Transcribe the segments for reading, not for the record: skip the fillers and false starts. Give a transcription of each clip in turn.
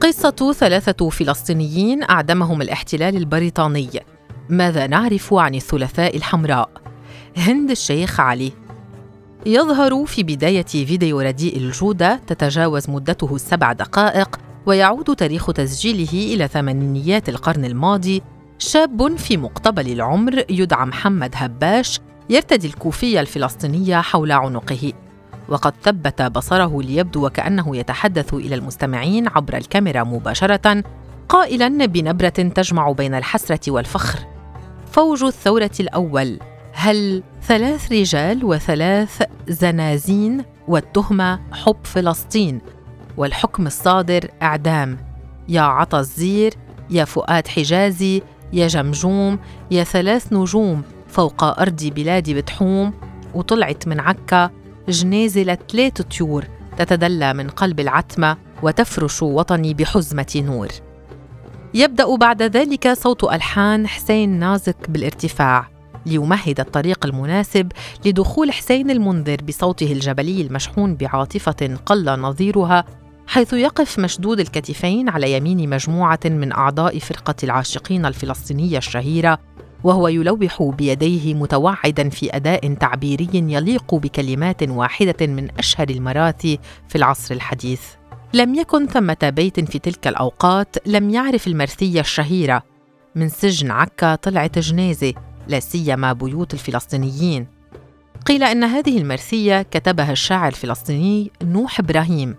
قصة 3 فلسطينيين أعدمهم الاحتلال البريطاني. ماذا نعرف عن الثلاثاء الحمراء؟ هند الشيخ علي. يظهر في بداية فيديو رديء الجودة تتجاوز مدته 7 دقائق، ويعود تاريخ تسجيله إلى ثمانينيات القرن الماضي، شاب في مقتبل العمر يدعى محمد هباش يرتدي الكوفية الفلسطينية حول عنقه، وقد ثبت بصره ليبدو وكأنه يتحدث إلى المستمعين عبر الكاميرا مباشرة، قائلاً بنبرة تجمع بين الحسرة والفخر: فوج الثورة الأول، هل 3 رجال و3 زنازين، والتهمة حب فلسطين، والحكم الصادر إعدام. يا عطا الزير، يا فؤاد حجازي، يا جمجوم، يا 3 نجوم فوق أرض بلادي بتحوم. وطلعت من عكا جنازة ل3 طيور تتدلى من قلب العتمة وتفرش وطني بحزمة نور. يبدأ بعد ذلك صوت ألحان حسين نازك بالارتفاع ليمهد الطريق المناسب لدخول حسين المنذر بصوته الجبلي المشحون بعاطفة قل نظيرها، حيث يقف مشدود الكتفين على يمين مجموعة من أعضاء فرقة العاشقين الفلسطينية الشهيرة، وهو يلوح بيديه متوعداً في أداء تعبيري يليق بكلمات واحدة من أشهر المراثي في العصر الحديث. لم يكن ثمة بيت في تلك الأوقات لم يعرف المرثية الشهيرة: من سجن عكا طلعت جنازة، لا سيما بيوت الفلسطينيين. قيل إن هذه المرثية كتبها الشاعر الفلسطيني نوح إبراهيم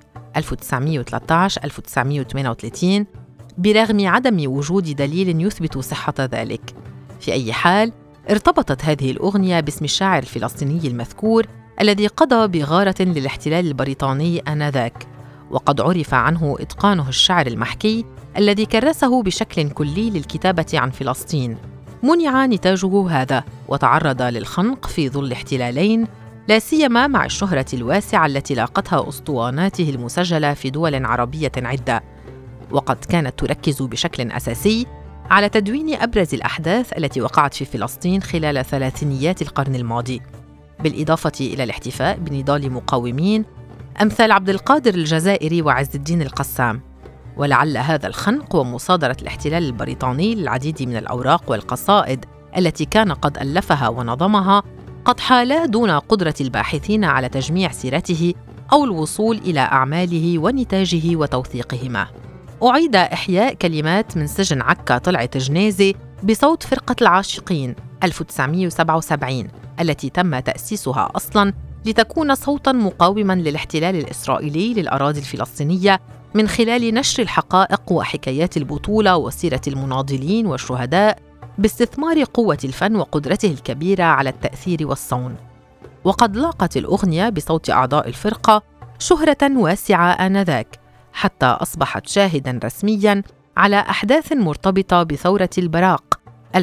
1913-1938 برغم عدم وجود دليل يثبت صحة ذلك. في أي حال، ارتبطت هذه الأغنية باسم الشاعر الفلسطيني المذكور الذي قضى بغارة للاحتلال البريطاني آنذاك، وقد عرف عنه إتقانه الشعر المحكي الذي كرسه بشكل كلي للكتابة عن فلسطين. منع نتاجه هذا وتعرض للخنق في ظل احتلالين، لا سيما مع الشهرة الواسعة التي لاقتها أسطواناته المسجلة في دول عربية عدة، وقد كانت تركز بشكل أساسي على تدوين أبرز الأحداث التي وقعت في فلسطين خلال ثلاثينيات القرن الماضي، بالإضافة إلى الاحتفاء بنضال مقاومين أمثال عبد القادر الجزائري وعز الدين القسام. ولعل هذا الخنق ومصادرة الاحتلال البريطاني للعديد من الأوراق والقصائد التي كان قد ألفها ونظمها قد حالا دون قدرة الباحثين على تجميع سيرته أو الوصول إلى أعماله ونتاجه وتوثيقهما. أعيد إحياء كلمات من سجن عكا طلعت جنازة بصوت فرقة العاشقين 1977 التي تم تأسيسها أصلاً لتكون صوتاً مقاوماً للاحتلال الإسرائيلي للأراضي الفلسطينية من خلال نشر الحقائق وحكايات البطولة وسيرة المناضلين والشهداء باستثمار قوة الفن وقدرته الكبيرة على التأثير والصون. وقد لاقت الأغنية بصوت أعضاء الفرقة شهرة واسعة آنذاك، حتى أصبحت شاهداً رسمياً على أحداث مرتبطة بثورة البراق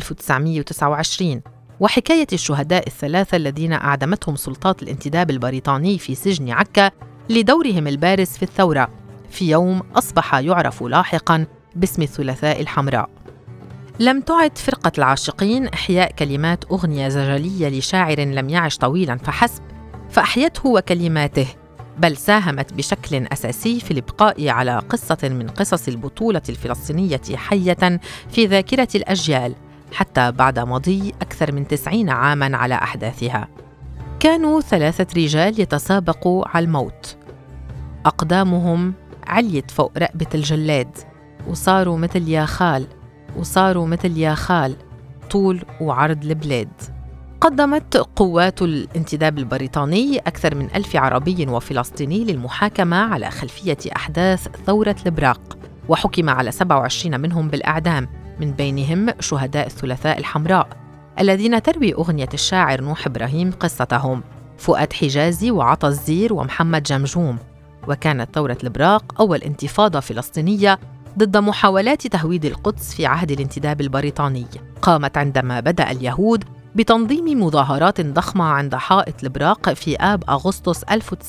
1929 وحكاية الشهداء ال3 الذين أعدمتهم سلطات الانتداب البريطاني في سجن عكا لدورهم البارز في الثورة، في يوم أصبح يعرف لاحقاً باسم الثلاثاء الحمراء. لم تعد فرقة العاشقين إحياء كلمات أغنية زجلية لشاعر لم يعش طويلاً فحسب، فأحيته وكلماته، بل ساهمت بشكل أساسي في الإبقاء على قصة من قصص البطولة الفلسطينية حية في ذاكرة الأجيال حتى بعد مضي أكثر من 90 عاماً على أحداثها. كانوا 3 رجال يتسابقوا على الموت، أقدامهم عليت فوق رقبة الجلاد، وصاروا مثل يا خال، وصاروا مثل يا خال، طول وعرض البلاد. قدمت قوات الانتداب البريطاني أكثر من 1000 عربي وفلسطيني للمحاكمة على خلفية أحداث ثورة البراق، وحكم على 27 منهم بالإعدام، من بينهم شهداء الثلاثاء الحمراء الذين تروي أغنية الشاعر نوح إبراهيم قصتهم: فؤاد حجازي وعطا الزير ومحمد جمجوم. وكانت ثورة البراق أول انتفاضة فلسطينية ضد محاولات تهويد القدس في عهد الانتداب البريطاني، قامت عندما بدأ اليهود بتنظيم مظاهرات ضخمة عند حائط البراق في آب أغسطس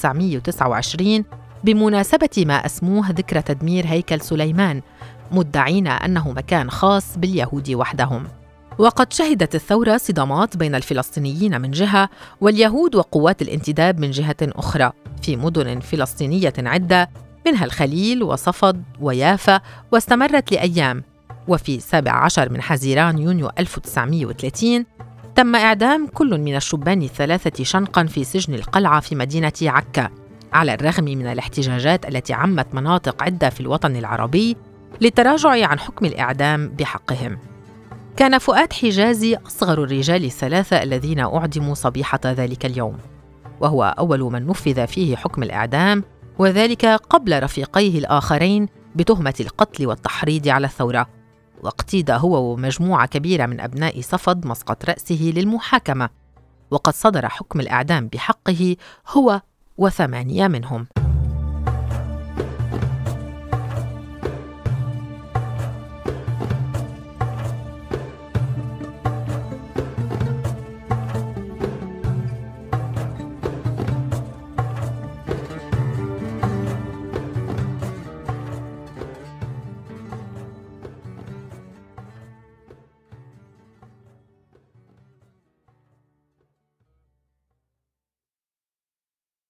1929 بمناسبة ما أسموه ذكرى تدمير هيكل سليمان، مدعين أنه مكان خاص باليهود وحدهم. وقد شهدت الثورة صدامات بين الفلسطينيين من جهة واليهود وقوات الانتداب من جهة أخرى في مدن فلسطينية عدة، منها الخليل وصفد ويافا، واستمرت لأيام. وفي 17 من حزيران يونيو 1930 تم إعدام كل من الشبان الثلاثة شنقاً في سجن القلعة في مدينة عكا، على الرغم من الاحتجاجات التي عمت مناطق عدة في الوطن العربي للتراجع عن حكم الإعدام بحقهم. كان فؤاد حجازي أصغر الرجال الثلاثة الذين أعدموا صبيحة ذلك اليوم، وهو أول من نفذ فيه حكم الإعدام، وذلك قبل رفيقيه الآخرين بتهمة القتل والتحريض على الثورة. واقتيد هو ومجموعة كبيرة من أبناء صفد مسقط رأسه للمحاكمة، وقد صدر حكم الإعدام بحقه هو و8 منهم.